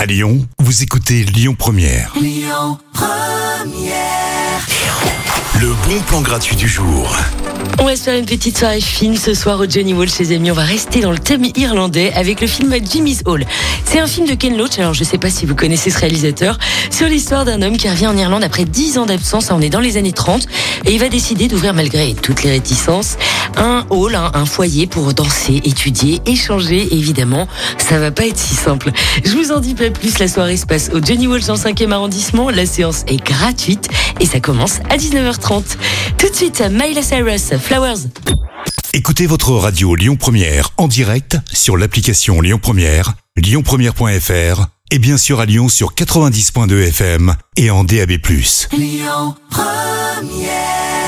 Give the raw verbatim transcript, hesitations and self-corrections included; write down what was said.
À Lyon, vous écoutez Lyon Première. Lyon Première. Le bon plan gratuit du jour. On va se faire une petite soirée film ce soir au Johnny Walsh chez amis. On va rester dans le thème irlandais avec le film Jimmy's Hall. C'est un film de Ken Loach, alors je sais pas si vous connaissez ce réalisateur, sur l'histoire d'un homme qui revient en Irlande après dix ans d'absence. On est dans les années trente et il va décider d'ouvrir, malgré toutes les réticences, un hall, un, un foyer pour danser, étudier, échanger. Et évidemment, ça va pas être si simple. Je vous en dis pas plus, la soirée se passe au Johnny Walsh dans le cinquième arrondissement. La séance est gratuite et ça commence à dix-neuf heures trente. Tout de suite, Miley Cyrus, Flowers. Écoutez votre radio Lyon Première en direct sur l'application Lyon Première, lyon première point f r et bien sûr à Lyon sur quatre-vingt-dix point deux F M et en D A B plus. Lyon Première.